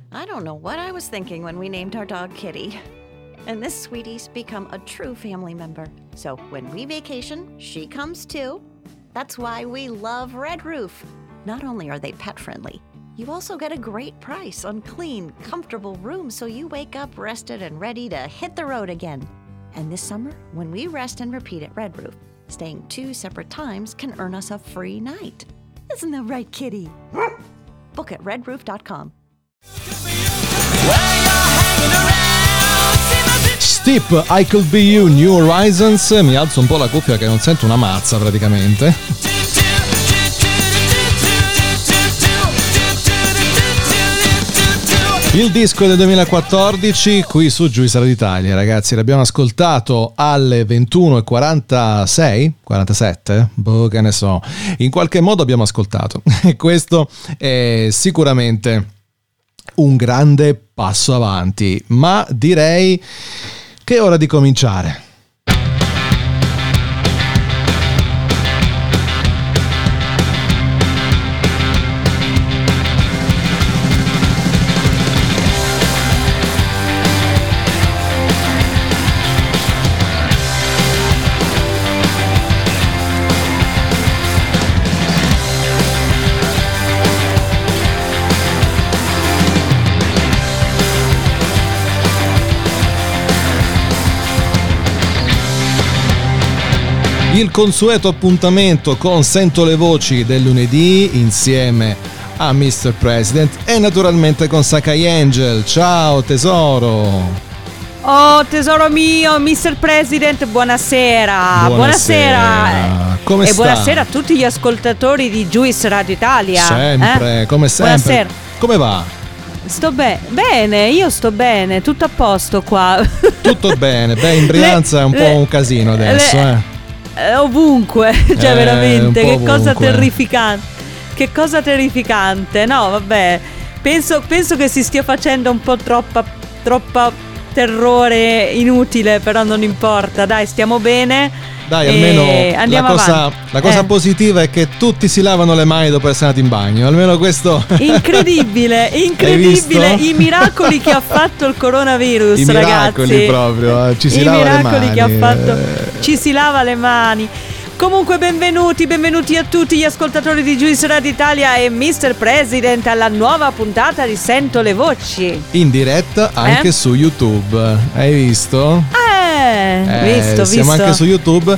I don't know what I was thinking when we named our dog Kitty. And this sweetie's become a true family member. So when we vacation, she comes too. That's why we love Red Roof. Not only are they pet friendly, you also get a great price on clean, comfortable rooms so you wake up rested and ready to hit the road again. And this summer, when we rest and repeat at Red Roof, staying 2 separate times can earn us a free night. Isn't that right, Kitty? Book at redroof.com. Steep, I Could Be You, New Horizons. Mi alzo un po' la cuffia che non sento una mazza praticamente. Il disco del 2014 qui su Juice Radio Italia, ragazzi, l'abbiamo ascoltato alle 21:46, 47, boh, che ne so, in qualche modo abbiamo ascoltato e questo è sicuramente un grande passo avanti, ma direi che è ora di cominciare. Il consueto appuntamento con Sento le Voci del lunedì insieme a Mr. President e naturalmente con Sakai Angel. Ciao tesoro. Oh tesoro mio, Mr. President, buonasera. Come e sta? Buonasera a tutti gli ascoltatori di Juice Radio Italia. Sempre, come sempre. Buonasera. Come va? Sto bene, io sto bene, tutto a posto qua. Tutto bene, in Brianza è un po' un casino adesso, ovunque, cioè veramente, che ovunque. cosa terrificante. Che cosa terrificante. No, vabbè, penso che si stia facendo un po' troppa terrore inutile, però non importa, dai, stiamo bene. Dai, almeno andiamo la cosa positiva è che tutti si lavano le mani dopo essere andati in bagno, almeno questo. Incredibile, i miracoli che ha fatto il coronavirus, I ragazzi. Miracoli proprio, ci si lava le mani. I miracoli che ha fatto, ci si lava le mani. Comunque benvenuti a tutti gli ascoltatori di Juice Radio Italia e Mr. President alla nuova puntata di Sento le Voci. In diretta anche su YouTube, hai visto? Visto. Siamo anche su YouTube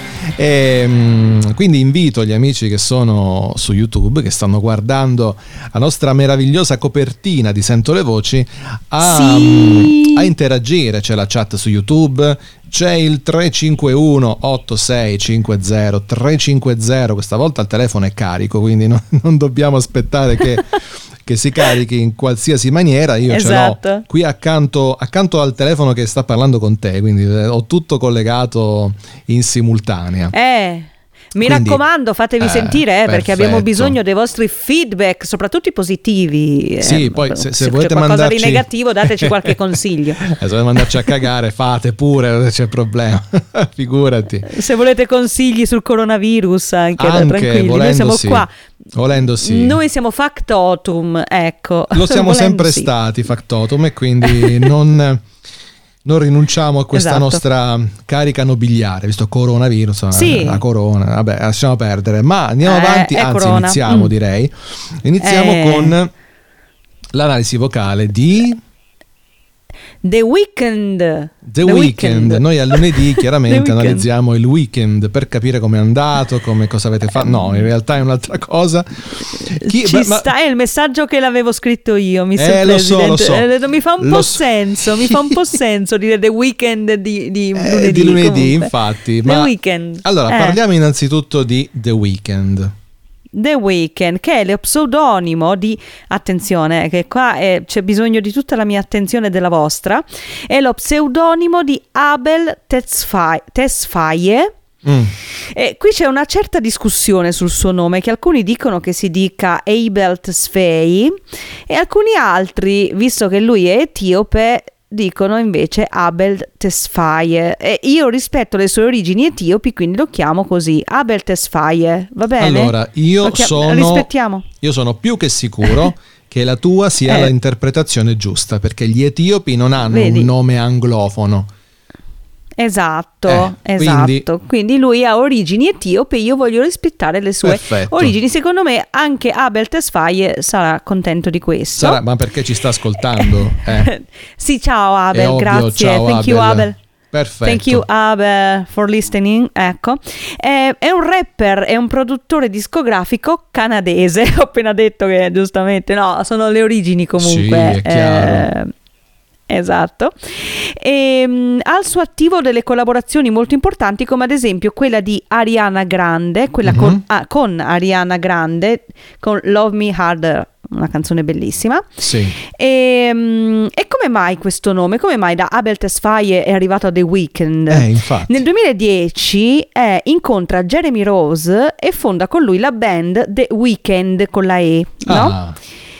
quindi invito gli amici che sono su YouTube, che stanno guardando la nostra meravigliosa copertina di Sento le Voci a interagire. C'è la chat su YouTube, c'è il 351 8650 350, questa volta il telefono è carico, quindi non dobbiamo aspettare che si carichi in qualsiasi maniera. Io ce l'ho qui accanto al telefono che sta parlando con te, quindi ho tutto collegato in simultanea. Mi raccomando, fatevi sentire, perché abbiamo bisogno dei vostri feedback, soprattutto positivi. Sì, poi se volete qualcosa mandarci di negativo, dateci qualche consiglio. Se volete mandarci a cagare, fate pure, c'è problema. Figurati. Se volete consigli sul coronavirus, anche tranquilli, noi siamo qua. Volendo sì. Noi siamo Factotum, ecco. Lo siamo sempre stati Factotum, e quindi non rinunciamo a questa nostra carica nobiliare, visto coronavirus, la corona, vabbè, lasciamo perdere, ma andiamo avanti, anzi iniziamo direi. Iniziamo con l'analisi vocale di The Weeknd. The Weeknd. Noi al lunedì chiaramente analizziamo il weekend per capire com'è andato, cosa avete fatto. No, in realtà è un'altra cosa. È il messaggio che l'avevo scritto io, Mr. Lo so. Mi fa un po' senso dire The Weeknd di lunedì. Di lunedì, comunque. infatti. The Weeknd. Allora, parliamo innanzitutto di The Weeknd. The Weeknd, che è lo pseudonimo di, attenzione, che qua c'è bisogno di tutta la mia attenzione e della vostra, è lo pseudonimo di Abel Tesfaye. E qui c'è una certa discussione sul suo nome, che alcuni dicono che si dica Abel Tesfaye e alcuni altri, visto che lui è etiope, dicono invece Abel Tesfaye, e io rispetto le sue origini etiopi, quindi lo chiamo così, Abel Tesfaye, va bene? Allora, io sono rispettiamo. Io sono più che sicuro che la tua sia l'interpretazione giusta, perché gli etiopi non hanno un nome anglofono. Esatto. Quindi lui ha origini etiope, io voglio rispettare le sue origini. Secondo me anche Abel Tesfaye sarà contento di questo. Ma perché ci sta ascoltando? Sì, ciao Abel, ovvio, grazie. ciao, Thank you Abel. Perfetto. Thank you Abel for listening. Ecco, è un rapper, è un produttore discografico canadese. Ho appena detto che giustamente no, sono le origini comunque. Sì, è chiaro. Esatto. E, ha al suo attivo delle collaborazioni molto importanti, come ad esempio quella di Ariana Grande, quella con Ariana Grande, con Love Me Harder, una canzone bellissima. Sì. E come mai questo nome? Come mai da Abel Tesfaye è arrivato a The Weeknd? Infatti. Nel 2010 incontra Jeremy Rose e fonda con lui la band The Weeknd con la E, no?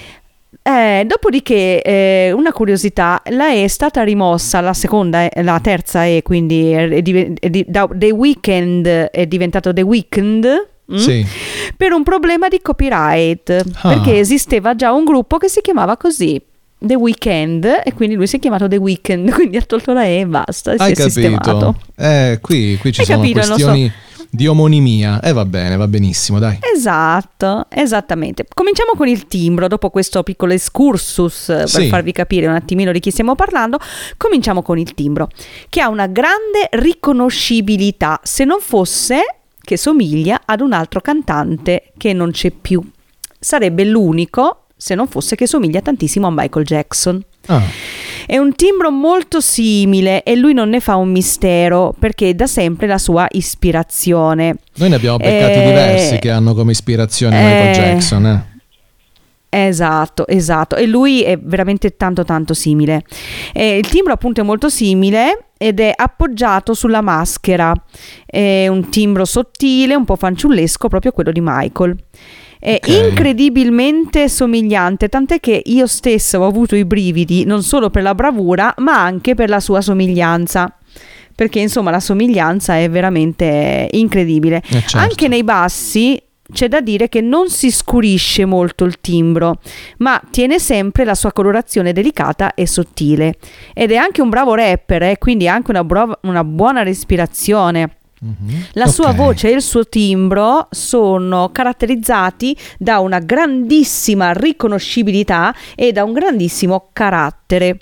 Dopodiché una curiosità, la E è stata rimossa, la terza E, quindi da The Weeknd è diventato The Weeknd. Sì. Per un problema di copyright, perché esisteva già un gruppo che si chiamava così, The Weeknd, e quindi lui si è chiamato The Weeknd, quindi ha tolto la E e basta, Hai si è sistemato. Qui ci sono questioni di omonimia, va bene, va benissimo, dai. Esatto, esattamente. Cominciamo con il timbro, dopo questo piccolo excursus per farvi capire un attimino di chi stiamo parlando. Cominciamo con il timbro, che ha una grande riconoscibilità, se non fosse che somiglia ad un altro cantante che non c'è più. Sarebbe l'unico, se non fosse che somiglia tantissimo a Michael Jackson. È un timbro molto simile e lui non ne fa un mistero, perché è da sempre la sua ispirazione. Noi ne abbiamo beccati diversi che hanno come ispirazione Michael Jackson. Esatto, e lui è veramente tanto simile. Il timbro appunto è molto simile ed è appoggiato sulla maschera. È un timbro sottile, un po' fanciullesco, proprio quello di Michael. È incredibilmente somigliante, tant'è che io stessa ho avuto i brividi non solo per la bravura ma anche per la sua somiglianza, perché insomma la somiglianza è veramente incredibile. Certo. Anche nei bassi c'è da dire che non si scurisce molto il timbro, ma tiene sempre la sua colorazione delicata e sottile, ed è anche un bravo rapper, quindi anche una buona respirazione. La sua voce e il suo timbro sono caratterizzati da una grandissima riconoscibilità e da un grandissimo carattere.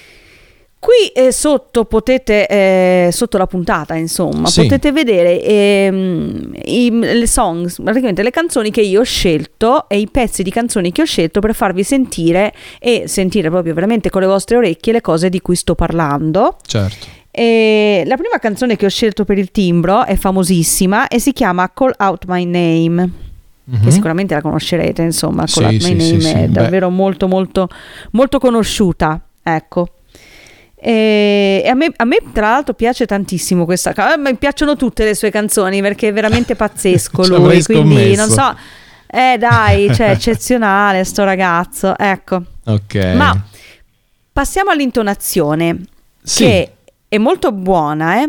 Qui sotto potete, sotto la puntata insomma, potete vedere le songs, praticamente le canzoni che io ho scelto e i pezzi di canzoni che ho scelto per farvi sentire proprio veramente con le vostre orecchie le cose di cui sto parlando. Certo. E la prima canzone che ho scelto per il timbro è famosissima e si chiama Call Out My Name, che sicuramente la conoscerete, insomma. Call Out My Name è davvero molto conosciuta, ecco. E a me tra l'altro piace tantissimo questa, mi piacciono tutte le sue canzoni perché è veramente pazzesco lui, quindi non so, dai, cioè eccezionale sto ragazzo, ecco. Ma passiamo all'intonazione, che è molto buona,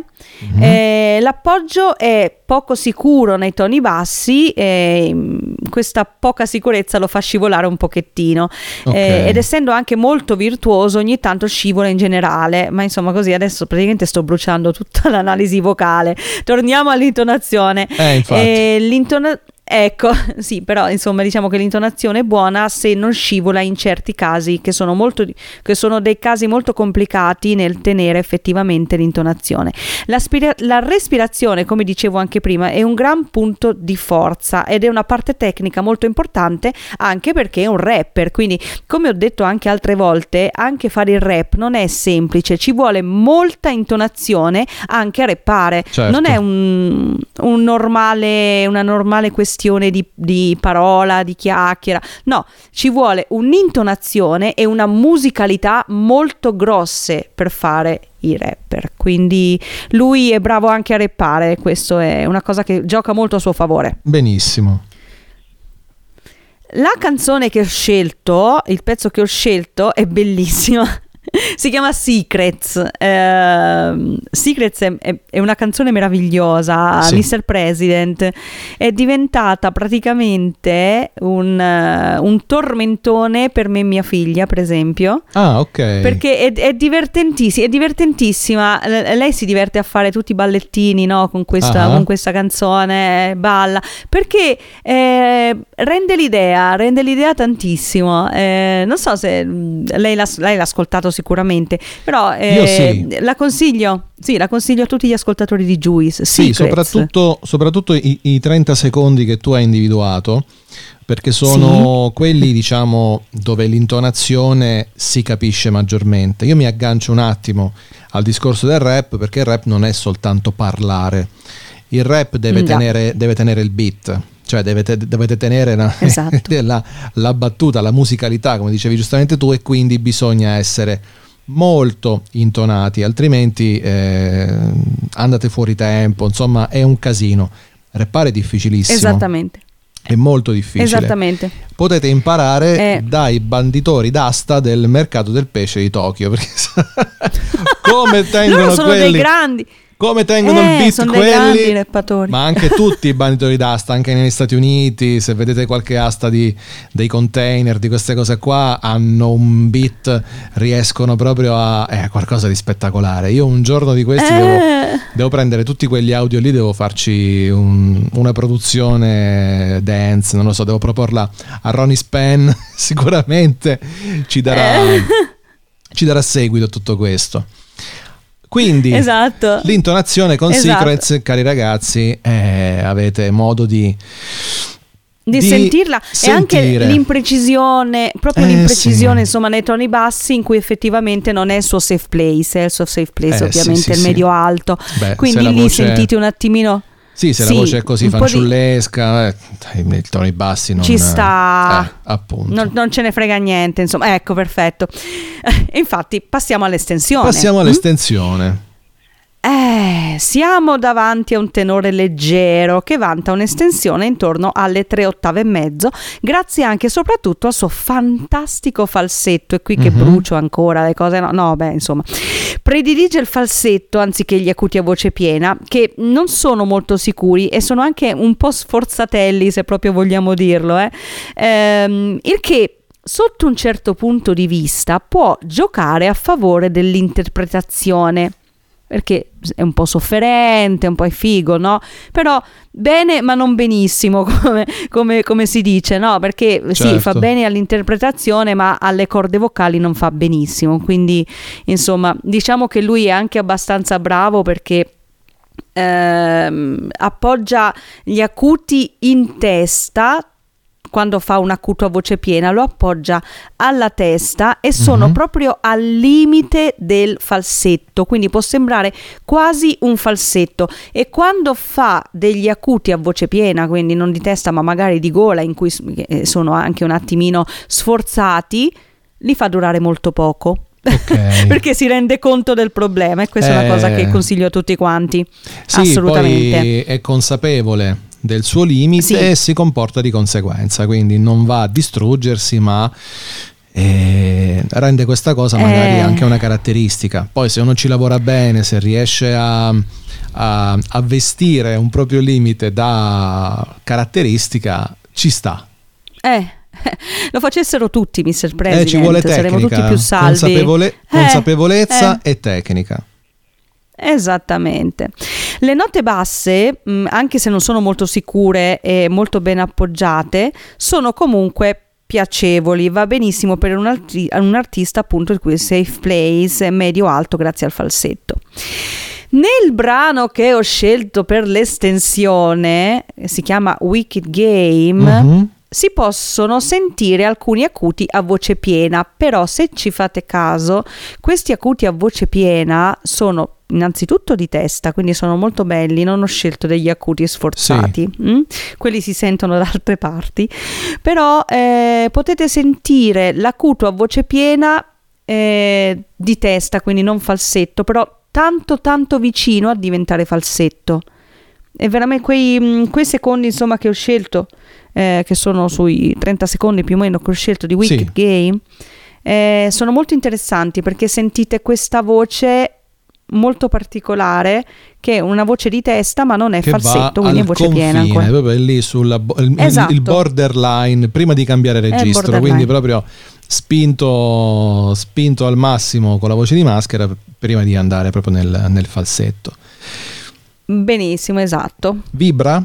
l'appoggio è poco sicuro nei toni bassi, questa poca sicurezza lo fa scivolare un pochettino, ed essendo anche molto virtuoso ogni tanto scivola in generale, ma insomma così adesso praticamente sto bruciando tutta l'analisi vocale. Torniamo all'intonazione. Ecco, sì, però insomma diciamo che l'intonazione è buona se non scivola in certi casi che sono dei casi molto complicati nel tenere effettivamente l'intonazione. La respirazione, come dicevo anche prima, è un gran punto di forza ed è una parte tecnica molto importante, anche perché è un rapper, quindi come ho detto anche altre volte, anche fare il rap non è semplice, ci vuole molta intonazione anche a rappare. Certo. Non è una normale questione di parola, di chiacchiera, no, ci vuole un'intonazione e una musicalità molto grosse per fare i rapper, quindi lui è bravo anche a rappare, questo è una cosa che gioca molto a suo favore. Benissimo. La canzone che ho scelto, il pezzo che ho scelto è bellissima Si chiama Secrets. Secrets è una canzone meravigliosa. Sì. Mr. President è diventata praticamente un tormentone per me e mia figlia, per esempio. Ah, ok. Perché è divertentissima. Lei si diverte a fare tutti i ballettini, no? Con questa canzone, balla. Perché rende l'idea tantissimo. Non so se lei l'ha ascoltato sicuramente, però Io sì. la consiglio a tutti gli ascoltatori di Juice. Sì, Secrets. soprattutto i 30 secondi che tu hai individuato, perché sono quelli, diciamo, dove l'intonazione si capisce maggiormente. Io mi aggancio un attimo al discorso del rap, perché il rap non è soltanto parlare. Il rap deve tenere il beat, cioè dovete tenere la battuta, la musicalità, come dicevi giustamente tu, e quindi bisogna essere molto intonati, altrimenti andate fuori tempo, insomma è un casino. Rappare è difficilissimo. Esattamente. È molto difficile. Esattamente. Potete imparare dai banditori d'asta del mercato del pesce di Tokyo, perché come tengono loro sono quelli, dei grandi. come tengono il beat sono quelli, dei grandi rappatori. ma anche tutti i banditori d'asta, anche negli Stati Uniti, se vedete qualche asta dei container, di queste cose qua, hanno un beat, riescono proprio a qualcosa di spettacolare. Io un giorno di questi devo prendere tutti quegli audio lì, devo farci una produzione dance, non lo so, devo proporla a Ronnie Span, sicuramente ci darà seguito a tutto questo. Quindi l'intonazione con Secrets, cari ragazzi, avete modo di sentirla, e anche l'imprecisione, proprio l'imprecisione, insomma, nei toni bassi, in cui effettivamente non è il suo safe place, è il suo safe place ovviamente il medio alto. Quindi lì sentite un attimino. Sì, se la voce è così fanciullesca, i toni bassi non ci sta, appunto. Non ce ne frega niente, insomma, ecco, perfetto. Infatti passiamo all'estensione. Siamo davanti a un tenore leggero che vanta un'estensione intorno alle 3 ottave e mezzo, grazie anche e soprattutto al suo fantastico falsetto. E qui che brucio ancora le cose, insomma, predilige il falsetto anziché gli acuti a voce piena, che non sono molto sicuri e sono anche un po' sforzatelli, se proprio vogliamo dirlo, il che sotto un certo punto di vista può giocare a favore dell'interpretazione, perché è un po' sofferente, un po' è figo, no? Però bene ma non benissimo, come si dice, no? Perché sì, fa bene all'interpretazione, ma alle corde vocali non fa benissimo. Quindi insomma, diciamo che lui è anche abbastanza bravo, perché appoggia gli acuti in testa. Quando fa un acuto a voce piena lo appoggia alla testa e sono proprio al limite del falsetto, quindi può sembrare quasi un falsetto. E quando fa degli acuti a voce piena, quindi non di testa ma magari di gola, in cui sono anche un attimino sforzati, li fa durare molto poco. Perché si rende conto del problema, e questa è una cosa che consiglio a tutti quanti. Sì, assolutamente. Poi è consapevole del suo limite e si comporta di conseguenza, quindi non va a distruggersi, ma rende questa cosa magari anche una caratteristica. Poi se uno ci lavora bene, se riesce a vestire un proprio limite da caratteristica, ci sta. Lo facessero tutti, Mr. President, ci vuole tecnica, saremmo tutti più salvi. Consapevolezza e tecnica. Esattamente. Le note basse, anche se non sono molto sicure e molto ben appoggiate, sono comunque piacevoli. Va benissimo per un artista appunto il cui safe place è medio-alto grazie al falsetto. Nel brano che ho scelto per l'estensione, si chiama Wicked Game, si possono sentire alcuni acuti a voce piena, però se ci fate caso, questi acuti a voce piena sono innanzitutto di testa, quindi sono molto belli, non ho scelto degli acuti sforzati, quelli si sentono da altre parti, però potete sentire l'acuto a voce piena di testa, quindi non falsetto, però tanto vicino a diventare falsetto. E veramente quei secondi, insomma, che ho scelto, che sono sui 30 secondi più o meno che ho scelto di Wicked Game, sono molto interessanti perché sentite questa voce molto particolare che è una voce di testa ma non è che falsetto, quindi è voce confine, piena ancora. proprio lì sulla Esatto. il borderline prima di cambiare registro, quindi proprio spinto al massimo con la voce di maschera prima di andare proprio nel falsetto. Benissimo, esatto. Vibra?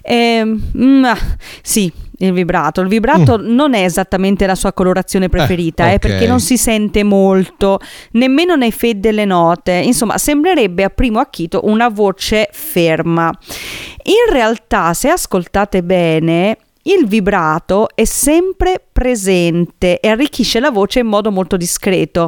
Sì, il vibrato non è esattamente la sua colorazione preferita, okay. Perché non si sente molto nemmeno nei fade delle note, insomma sembrerebbe a primo acchito una voce ferma. In realtà, se ascoltate bene, il vibrato è sempre presente e arricchisce la voce in modo molto discreto.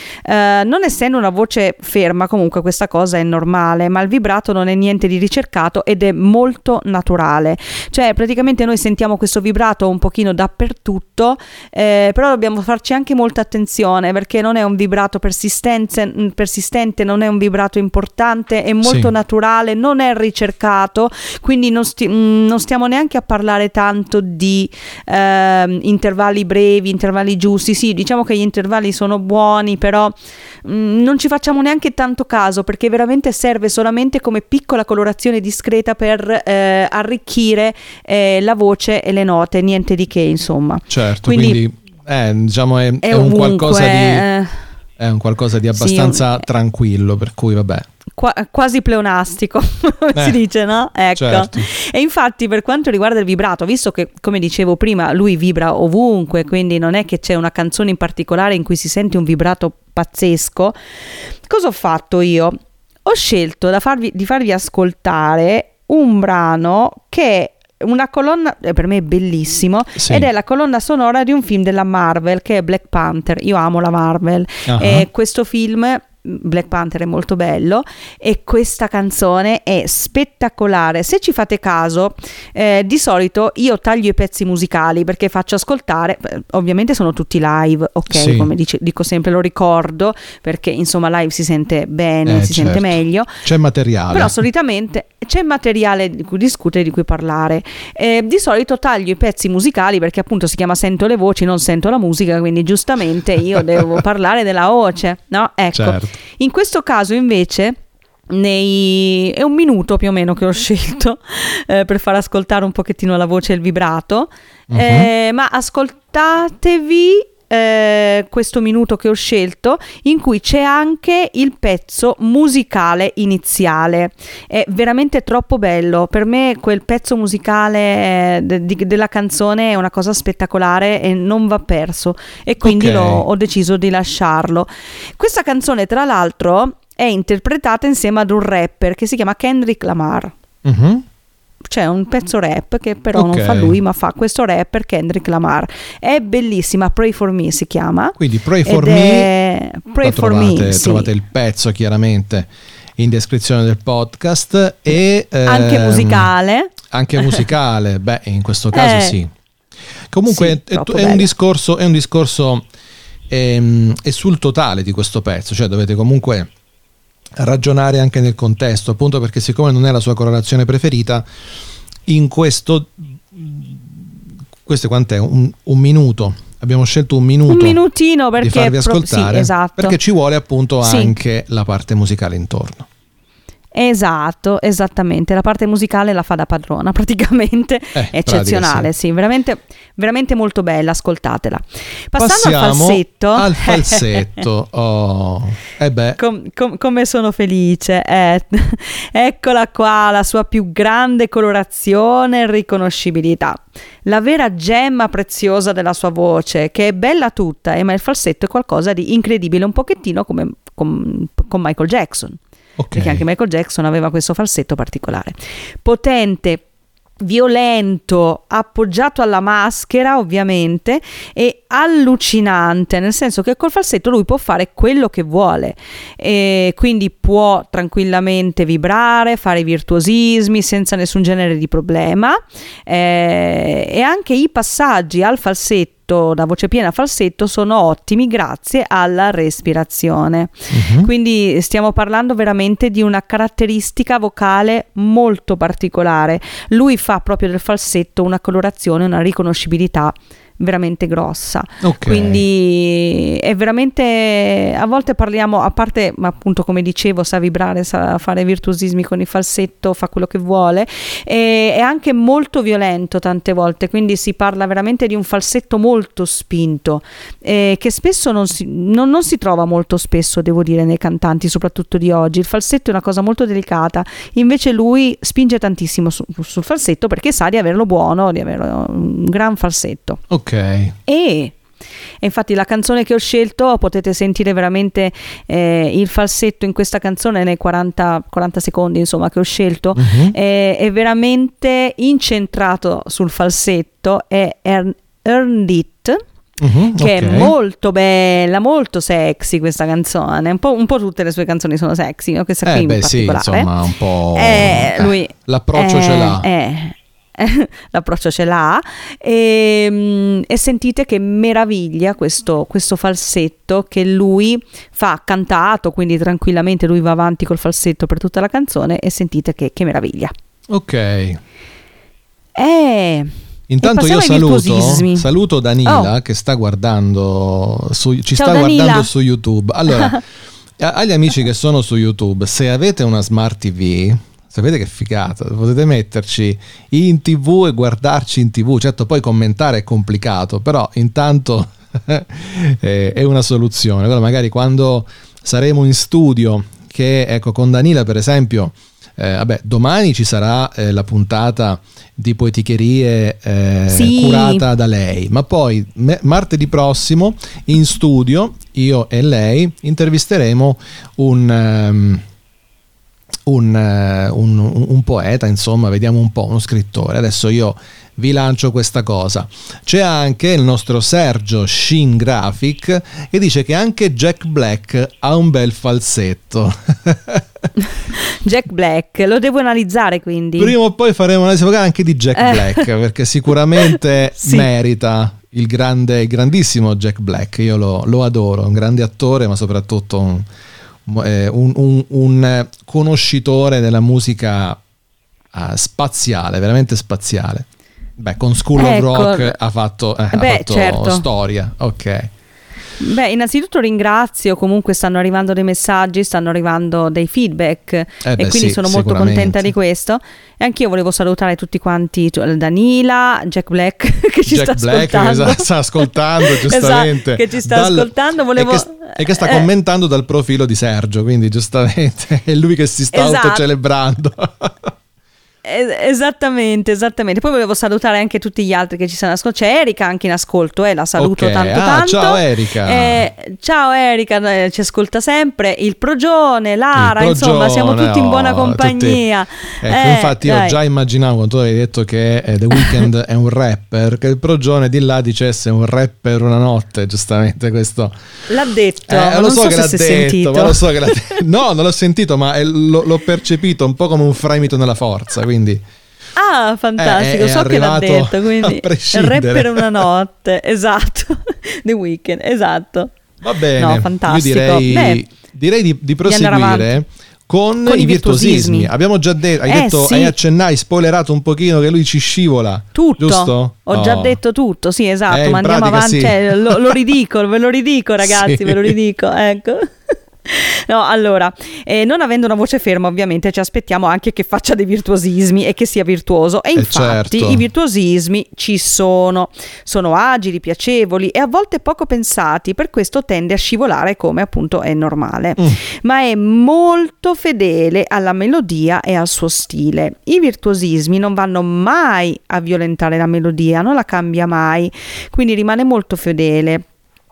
Non essendo una voce ferma, comunque questa cosa è normale, ma il vibrato non è niente di ricercato ed è molto naturale, cioè praticamente noi sentiamo questo vibrato un pochino dappertutto, però dobbiamo farci anche molta attenzione perché non è un vibrato persistente, non è un vibrato importante, è molto naturale, non è ricercato, quindi non stiamo neanche a parlare tanto di intervalli brevi, intervalli giusti. Sì, diciamo che gli intervalli sono buoni, però non ci facciamo neanche tanto caso perché veramente serve solamente come piccola colorazione discreta per arricchire la voce e le note, niente di che, insomma. Certo, quindi diciamo è un qualcosa di è un qualcosa di abbastanza tranquillo, per cui vabbè. Quasi pleonastico, si dice, no? Ecco. Certo. E infatti per quanto riguarda il vibrato, visto che come dicevo prima lui vibra ovunque, quindi non è che c'è una canzone in particolare in cui si sente un vibrato pazzesco, cosa ho fatto io? Ho scelto di farvi ascoltare un brano che è una colonna, per me è bellissimo, ed è la colonna sonora di un film della Marvel che è Black Panther. Io amo la Marvel, e questo film Black Panther è molto bello e questa canzone è spettacolare. Se ci fate caso, di solito io taglio i pezzi musicali perché faccio ascoltare, ovviamente sono tutti live, ok, come dico sempre, lo ricordo perché insomma live si sente bene, si sente meglio, c'è materiale, però solitamente c'è materiale di cui discutere, di cui parlare. Di solito taglio i pezzi musicali perché appunto si chiama Sento le voci, non sento la musica, quindi giustamente io devo parlare della voce, no? Ecco. Certo. In questo caso invece è un minuto più o meno che ho scelto per far ascoltare un pochettino la voce e il vibrato, ma ascoltatevi questo minuto che ho scelto in cui c'è anche il pezzo musicale iniziale. È veramente troppo bello per me, quel pezzo musicale della canzone è una cosa spettacolare e non va perso, e quindi ho deciso di lasciarlo. Questa canzone tra l'altro è interpretata insieme ad un rapper che si chiama Kendrick Lamar. C'è un pezzo rap che però non fa lui, ma fa questo rapper Kendrick Lamar. È bellissima, Pray For Me si chiama. Quindi Pray For Me, trovate il pezzo chiaramente in descrizione del podcast, e anche musicale. Anche musicale, beh, in questo caso sì. Comunque è un discorso è sul totale di questo pezzo, cioè dovete comunque ragionare anche nel contesto, appunto perché siccome non è la sua colorazione preferita, in questo quant'è? Un minuto, abbiamo scelto un minutino perché, di farvi ascoltare, perché ci vuole appunto anche la parte musicale intorno. Esatto, esattamente, la parte musicale la fa da padrona praticamente, è eccezionale, sì, veramente, veramente molto bella, ascoltatela. Passiamo al falsetto. Come sono felice, eccola qua, la sua più grande colorazione e riconoscibilità, la vera gemma preziosa della sua voce, che è bella tutta, ma il falsetto è qualcosa di incredibile, un pochettino come con Michael Jackson. Perché anche Michael Jackson aveva questo falsetto particolare, potente, violento, appoggiato alla maschera ovviamente, e allucinante, nel senso che col falsetto lui può fare quello che vuole, e quindi può tranquillamente vibrare, fare virtuosismi senza nessun genere di problema, e anche i passaggi al falsetto da voce piena a falsetto sono ottimi grazie alla respirazione. Quindi stiamo parlando veramente di una caratteristica vocale molto particolare. Lui fa proprio del falsetto una colorazione, una riconoscibilità veramente grossa. Ok. Quindi è veramente, a volte parliamo, a parte, ma appunto come dicevo, sa vibrare, sa fare virtuosismi con il falsetto, fa quello che vuole, e è anche molto violento tante volte, quindi si parla veramente di un falsetto molto spinto, che spesso non si trova molto spesso, devo dire, nei cantanti, soprattutto di oggi. Il falsetto è una cosa molto delicata, invece lui spinge tantissimo sul falsetto perché sa di averlo buono, di avere un gran falsetto. Ok. E infatti la canzone che ho scelto, potete sentire veramente il falsetto in questa canzone nei 40 secondi insomma che ho scelto, è veramente incentrato sul falsetto, è Earned It, che è molto bella, molto sexy questa canzone, un po' tutte le sue canzoni sono sexy, no? Questa qui in particolare, sì, insomma, un po'. Lui L'approccio ce l'ha. L'approccio ce l'ha, e sentite che meraviglia questo falsetto che lui fa cantato, quindi tranquillamente lui va avanti col falsetto per tutta la canzone, e sentite che meraviglia. Ok. Intanto io saluto Danila che sta guardando ci sta Danila. guardando su YouTube. Allora, agli amici che sono su YouTube, se avete una Smart TV, sapete che figata, potete metterci in TV e guardarci in TV. Certo, poi commentare è complicato, però intanto è una soluzione. Allora, magari quando saremo in studio, che ecco, con Danila per esempio, domani ci sarà la puntata di Poeticherie curata da lei, ma poi martedì prossimo in studio io e lei intervisteremo un poeta, insomma, vediamo un po', uno scrittore. Adesso io vi lancio questa cosa. C'è anche il nostro Sergio Shin Graphic che dice che anche Jack Black ha un bel falsetto. Jack Black, lo devo analizzare, quindi prima o poi faremo un'analisi vocale anche di Jack Black, perché sicuramente sì, merita. Il grandissimo Jack Black, io lo adoro, un grande attore, ma soprattutto un conoscitore della musica spaziale, veramente spaziale. Con School of Rock ha fatto certo, storia. Ok. Innanzitutto ringrazio, comunque stanno arrivando dei messaggi, stanno arrivando dei feedback, e quindi sono molto contenta di questo. E anch'io volevo salutare tutti quanti, Danila, Jack Black che ci sta ascoltando. Che sta ascoltando giustamente. Esatto, che ci sta ascoltando. E che sta commentando dal profilo di Sergio, quindi giustamente è lui che si sta autocelebrando. Esattamente. Poi volevo salutare anche tutti gli altri che ci stanno ascoltando. C'è Erika anche in ascolto, la saluto tanto. Ciao Erika. Ciao Erika, ci ascolta sempre. Il Progione, Lara, insomma siamo tutti in buona compagnia. Infatti io già immaginavo, quando tu avevi detto che The Weeknd è un rapper, che il Progione di là dicesse un rapper una notte, giustamente questo l'ha detto. Lo so che l'ha detto, ma lo so che l'ha detto. No, non l'ho sentito, ma l'ho percepito un po' come un fremito nella forza, quindi fantastico, so che l'ha detto, quindi il rapper una notte, esatto. The Weeknd, esatto. Va bene, no, fantastico. Io direi di proseguire con i virtuosismi. Abbiamo già detto, hai accennato, hai spoilerato un pochino che lui ci scivola. Tutto, giusto? Ho già detto tutto, sì, esatto, ma andiamo avanti, sì. Lo ridico, ve lo ridico ragazzi, sì. Ve lo ridico, ecco. No, allora, non avendo una voce ferma, ovviamente ci aspettiamo anche che faccia dei virtuosismi e che sia virtuoso. E infatti certo, i virtuosismi ci sono agili, piacevoli e a volte poco pensati, per questo tende a scivolare, come appunto è normale, ma è molto fedele alla melodia e al suo stile. I virtuosismi non vanno mai a violentare la melodia, non la cambia mai, quindi rimane molto fedele.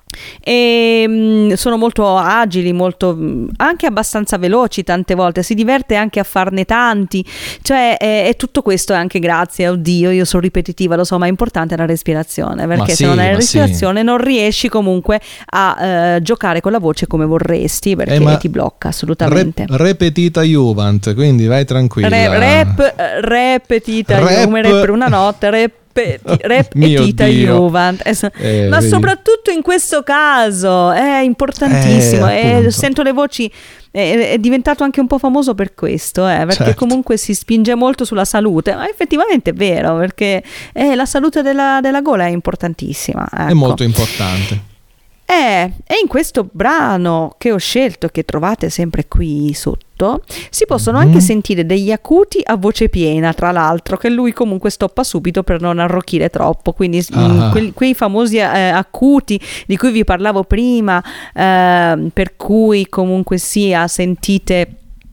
E sono molto agili, anche abbastanza veloci, tante volte si diverte anche a farne tanti, cioè è tutto questo, è anche grazie, oddio io sono ripetitiva, lo so, ma è importante la respirazione, perché se non hai la respirazione non riesci comunque a giocare con la voce come vorresti, perché ti blocca assolutamente. Repetita Juvent, quindi vai tranquilla. Repetita Juvent per una notte, Mio Repetita Dio. Juvent. Ma vedi. soprattutto in questo caso è importantissimo. Appunto. Sento le voci. È diventato anche un po' famoso per questo, perché Certo. comunque si spinge molto sulla salute, ma effettivamente è vero, perché la salute della gola è importantissima. È Ecco. molto importante. E in questo brano che ho scelto, che trovate sempre qui sotto, si possono anche sentire degli acuti a voce piena, tra l'altro, che lui comunque stoppa subito per non arrocchire troppo, quindi quei famosi acuti di cui vi parlavo prima, per cui comunque sia sentite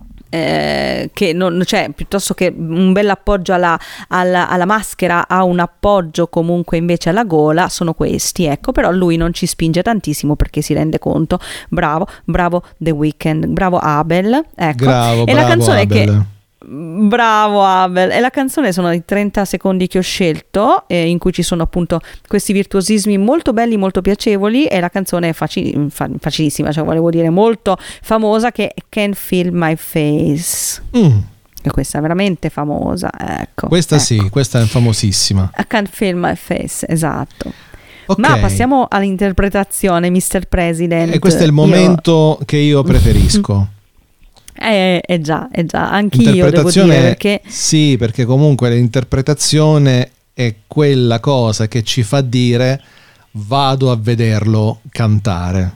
che non, cioè, piuttosto che un bel appoggio alla maschera, ha un appoggio comunque invece alla gola, sono questi, ecco. Però lui non ci spinge tantissimo perché si rende conto. Bravo The Weeknd, bravo Abel, ecco. Bravo La canzone Abel. Bravo Abel. E la canzone sono i 30 secondi che ho scelto, in cui ci sono appunto questi virtuosismi molto belli, molto piacevoli, e la canzone è facilissima, cioè volevo dire molto famosa, che è Can't Feel My Face. E questa è veramente famosa, ecco. Questa ecco. sì, questa è famosissima. I Can't Feel My Face, esatto. Ok. Ma passiamo all'interpretazione, Mr. President. E questo è il momento che io preferisco. Già, anch'io devo dire, perché sì, perché comunque l'interpretazione è quella cosa che ci fa dire vado a vederlo cantare.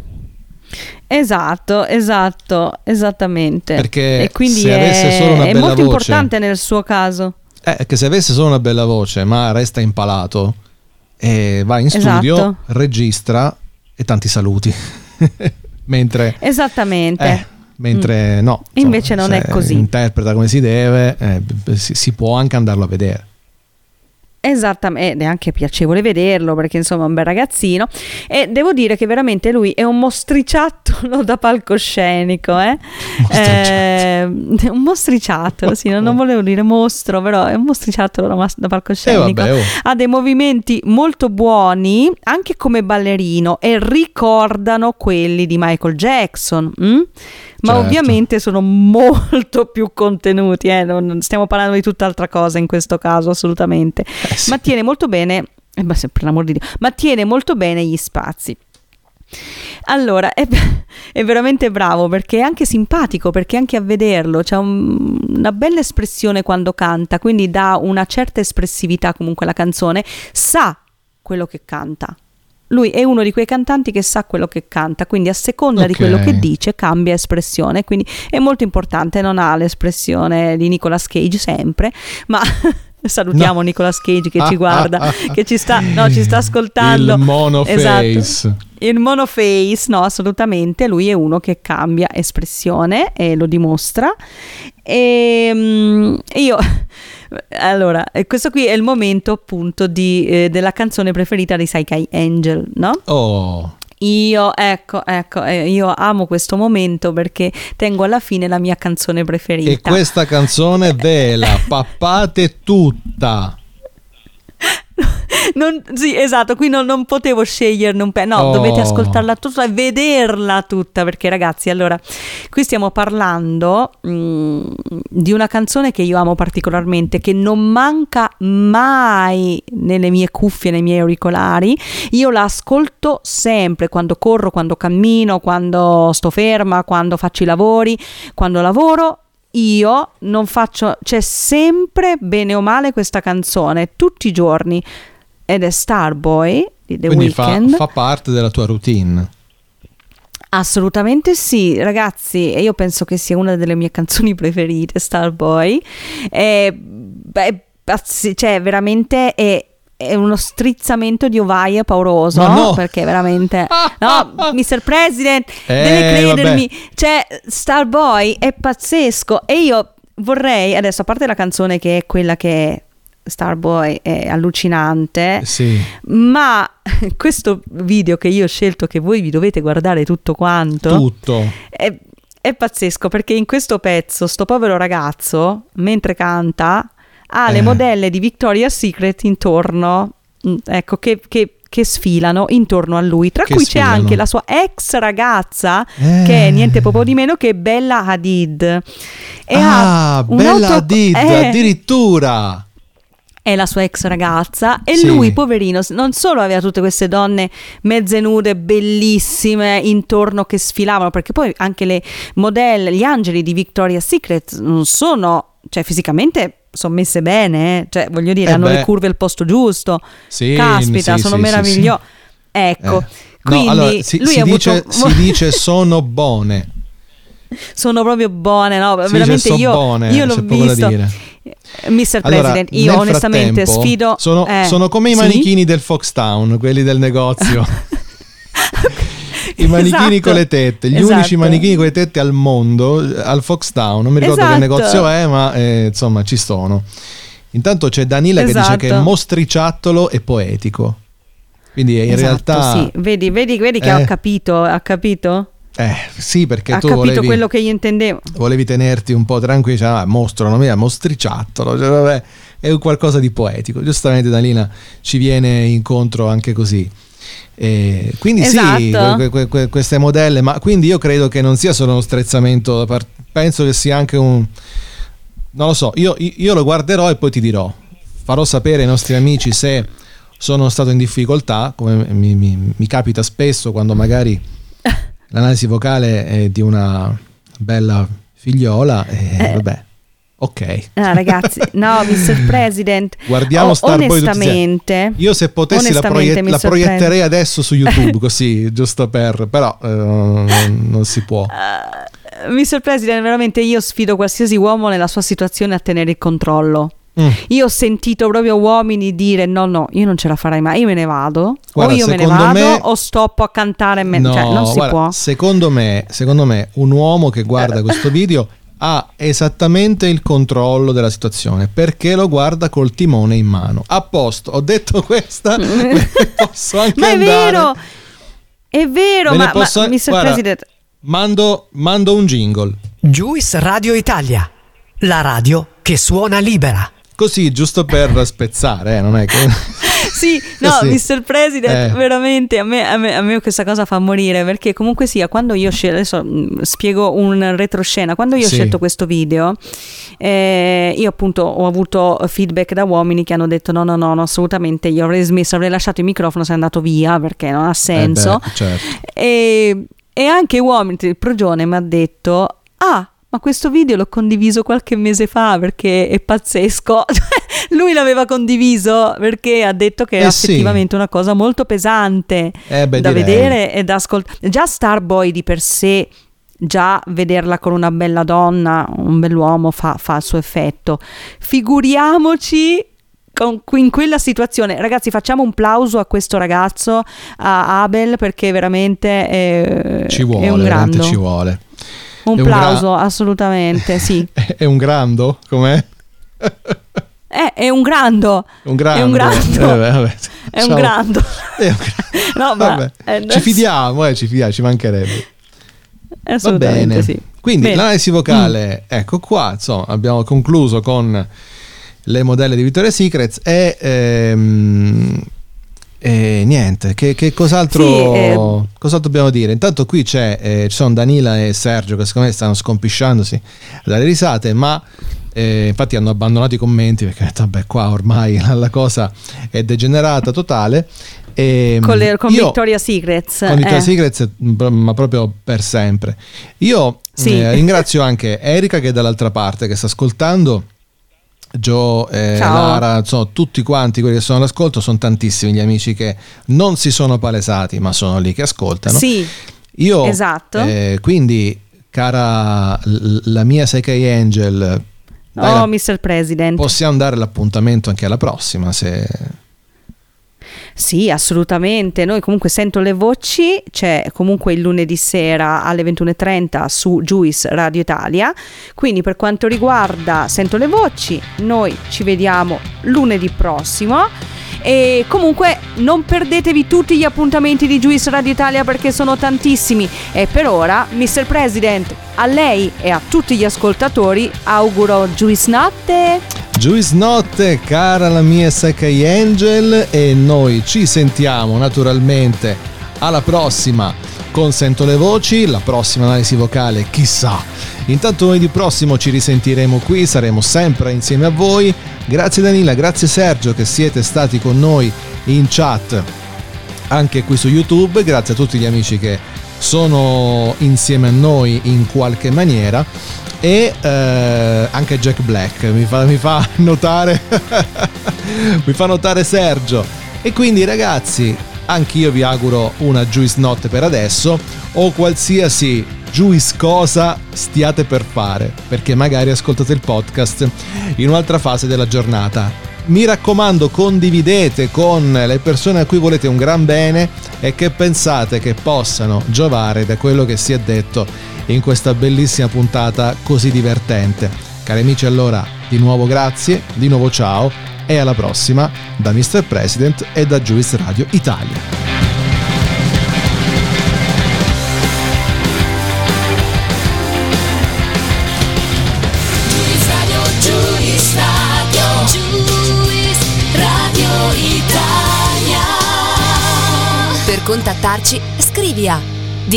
esatto, esattamente. Perché e quindi se avesse solo una è bella molto voce, importante nel suo caso. che se avesse solo una bella voce ma resta impalato, va in studio, Esatto. registra e tanti saluti. Mentre Esattamente. mentre no, Invece non se è così. interpreta come si deve, si può anche andarlo a vedere. Esattamente, ed è anche piacevole vederlo perché insomma è un bel ragazzino, e devo dire che veramente lui è un mostriciattolo da palcoscenico, un mostriciattolo, sì, non volevo dire mostro, però è un mostriciattolo da palcoscenico. Vabbè, Ha dei movimenti molto buoni anche come ballerino e ricordano quelli di Michael Jackson, ma Certo. ovviamente sono molto più contenuti, non stiamo parlando di tutt'altra cosa in questo caso, assolutamente. Sì. Ma tiene molto bene, per l'amor di Dio, ma tiene molto bene gli spazi. Allora, è veramente bravo, perché è anche simpatico, perché anche a vederlo c'ha una bella espressione quando canta, quindi dà una certa espressività comunque alla canzone, sa quello che canta. Lui è uno di quei cantanti che sa quello che canta, quindi a seconda di quello che dice cambia espressione, quindi è molto importante. Non ha l'espressione di Nicolas Cage sempre, ma salutiamo Nicolas Cage che ci guarda, che ci sta ascoltando. Il monoface. Esatto. Il monoface, no, assolutamente, lui è uno che cambia espressione e lo dimostra. E io, allora, questo qui è il momento appunto della canzone preferita dei Psyche Angel, no? Oh. Io amo questo momento perché tengo alla fine la mia canzone preferita. E questa canzone ve la pappate tutta. Sì, esatto, qui non potevo sceglierne un pezzo, dovete ascoltarla tutta e vederla tutta, perché ragazzi, allora, qui stiamo parlando di una canzone che io amo particolarmente, che non manca mai nelle mie cuffie, nei miei auricolari. Io la ascolto sempre, quando corro, quando cammino, quando sto ferma, quando faccio i lavori, quando lavoro. Io non faccio, c'è sempre bene o male questa canzone, tutti i giorni, ed è Starboy di The Quindi Weeknd. fa parte della tua routine. Assolutamente sì, ragazzi, e io penso che sia una delle mie canzoni preferite, Starboy. Cioè veramente è uno strizzamento di ovaie pauroso, no, perché veramente no, Mr. President, deve credermi, vabbè. cioè Starboy è pazzesco. E io vorrei adesso, a parte la canzone che è quella che Starboy è allucinante, Sì. ma questo video che io ho scelto, che voi vi dovete guardare tutto quanto, Tutto. è pazzesco, perché in questo pezzo sto povero ragazzo mentre canta ha le modelle di Victoria's Secret intorno, ecco, che sfilano intorno a lui, tra cui c'è anche la sua ex ragazza, che è niente proprio di meno che Bella Hadid. E Bella Hadid, addirittura. è la sua ex ragazza, e Sì. lui, poverino, non solo aveva tutte queste donne mezze nude bellissime intorno che sfilavano, perché poi anche le modelle, gli angeli di Victoria's Secret non sono, cioè fisicamente sono messe bene, cioè voglio dire, hanno le curve al posto giusto. Sì, Caspita, sì, sono sì, meravigliosi. sì. Ecco, No, quindi allora, lui si ha avuto... dice sono buone. Sono proprio buone, no? Si Veramente dice so buone, io l'ho c'è poco da visto. dire. Mr. Allora, President, io nel onestamente frattempo, sfido... sono come i sì? manichini del Foxtown, quelli del negozio. I manichini Esatto, con le tette, gli esatto. unici manichini con le tette al mondo, al Foxtown. Non mi ricordo che Esatto. negozio è, ma insomma ci sono. Intanto c'è Danila che dice che è Esatto. mostriciattolo e poetico. Quindi in Esatto, realtà... sì. Vedi che ha capito? Sì, perché Ha tu capito quello che io intendevo. volevi tenerti un po' tranquillo, cioè, mostro, non mi è mostriciattolo, cioè, vabbè, è un qualcosa di poetico. Giustamente Danila ci viene incontro anche così. Quindi Esatto. sì, queste modelle, ma quindi io credo che non sia solo uno strezzamento, penso che sia anche un... Non lo so, io lo guarderò e poi ti dirò. Farò sapere ai nostri amici se sono stato in difficoltà, come mi capita spesso quando magari l'analisi vocale è di una bella figliola e vabbè, ok. Ragazzi, no, Mr. President, Guardiamo Starboy tutti insieme. onestamente, Io se potessi la Mr. proietterei adesso su YouTube così, giusto per... però non si può. Mr. President, veramente io sfido qualsiasi uomo nella sua situazione a tenere il controllo. Io ho sentito proprio uomini dire no, io non ce la farai mai, io me ne vado. Guarda, o io me ne secondo vado me- o stoppo a cantare No, cioè non si guarda, può. secondo me un uomo che guarda questo video ha esattamente il controllo della situazione, perché lo guarda col timone in mano. A posto, ho detto questa, posso anche Ma è andare. è vero, Me ne ma posso- Mr. guarda, President, mando un jingle. Juice Radio Italia, la radio che suona libera. Così, giusto per spezzare, non è che... sì, no, Sì. Mr. President, veramente a me questa cosa fa morire, perché comunque sia, quando io adesso spiego un retroscena, quando io ho Sì. scelto questo video, io appunto ho avuto feedback da uomini che hanno detto no, assolutamente, io avrei smesso, avrei lasciato il microfono, sei andato via, perché non ha senso. certo. E anche uomini, il Progione mi ha detto ma questo video l'ho condiviso qualche mese fa perché è pazzesco. Lui l'aveva condiviso perché ha detto che è sì. effettivamente una cosa molto pesante da direi. vedere e da ascoltare. Già Starboy di per sé, già vederla con una bella donna, un bell'uomo fa il suo effetto. Figuriamoci in quella situazione. Ragazzi, facciamo un plauso a questo ragazzo, a Abel, perché veramente Ci vuole, è un veramente grando. ci vuole. Un È un plauso, assolutamente, sì. È un grando? Com'è? È un grando. Un grando. È un grando. Vabbè. È un Ciao. grando. È un grando. No, ma Vabbè. Ci fidiamo, ci mancherebbe. Va assolutamente bene. sì. Quindi Bene. l'analisi vocale, ecco qua, insomma, abbiamo concluso con le modelle di Victoria's Secret e niente, che cos'altro, cos'altro dobbiamo dire? Intanto qui ci sono Danila e Sergio che secondo me stanno scompisciandosi dalle risate, ma infatti hanno abbandonato i commenti perché vabbè, qua ormai la cosa è degenerata totale. Con Victoria's Secret. Con Victoria's Secret, ma proprio per sempre. Io Sì. ringrazio anche Erika che è dall'altra parte, che sta ascoltando. Gio, Ciao. Lara, insomma, tutti quanti quelli che sono all'ascolto, sono tantissimi gli amici che non si sono palesati ma sono lì che ascoltano. Sì, Io, esatto. Quindi, cara la mia Psyche Angel, dai, Mr. President. possiamo dare l'appuntamento anche alla prossima, se... Sì, assolutamente. Noi comunque Sento le Voci, c'è comunque il lunedì sera alle 21:30 su Juice Radio Italia. Quindi per quanto riguarda Sento le Voci, noi ci vediamo lunedì prossimo. E comunque non perdetevi tutti gli appuntamenti di Juice Radio Italia perché sono tantissimi. E per ora, Mr. President, a lei e a tutti gli ascoltatori auguro Juice Notte. Juice Notte, cara la mia Psyche Angel, e noi ci sentiamo naturalmente alla prossima con Sento le Voci, la prossima analisi vocale chissà. Intanto lunedì prossimo ci risentiremo qui, saremo sempre insieme a voi. Grazie Danila, grazie Sergio che siete stati con noi in chat anche qui su YouTube, grazie a tutti gli amici che sono insieme a noi in qualche maniera e anche Jack Black mi fa notare mi fa notare Sergio. E quindi ragazzi, anch'io vi auguro una Juice notte per adesso, o qualsiasi Juice cosa stiate per fare, perché magari ascoltate il podcast in un'altra fase della giornata. Mi raccomando, condividete con le persone a cui volete un gran bene e che pensate che possano giovare da quello che si è detto in questa bellissima puntata così divertente. Cari amici, allora di nuovo grazie, di nuovo ciao e alla prossima da Mr. President e da Juice Radio Italia. Per contattarci scrivi a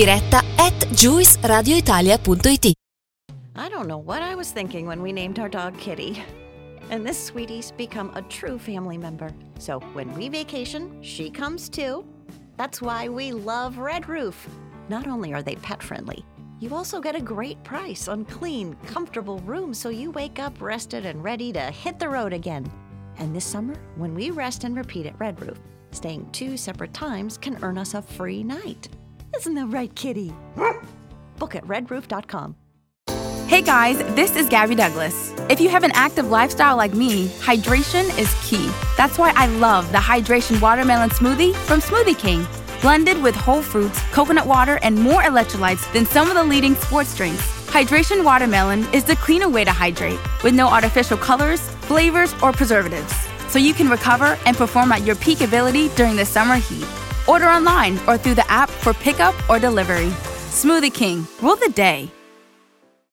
diretta@juiceradioitalia.it. I don't know what I was thinking when we named our dog Kitty. And this sweetie's become a true family member. So when we vacation, she comes too. That's why we love Red Roof. Not only are they pet friendly, you also get a great price on clean, comfortable rooms so you wake up rested and ready to hit the road again. And this summer, when we rest and repeat at Red Roof, staying 2 separate times can earn us a free night. Isn't that right, Kitty? Book at redroof.com. Hey guys, this is Gabby Douglas. If you have an active lifestyle like me, hydration is key. That's why I love the Hydration Watermelon Smoothie from Smoothie King. Blended with whole fruits, coconut water, and more electrolytes than some of the leading sports drinks, Hydration Watermelon is the cleaner way to hydrate, with no artificial colors, flavors, or preservatives. So you can recover and perform at your peak ability during the summer heat. Order online or through the app for pickup or delivery. Smoothie King, rule the day.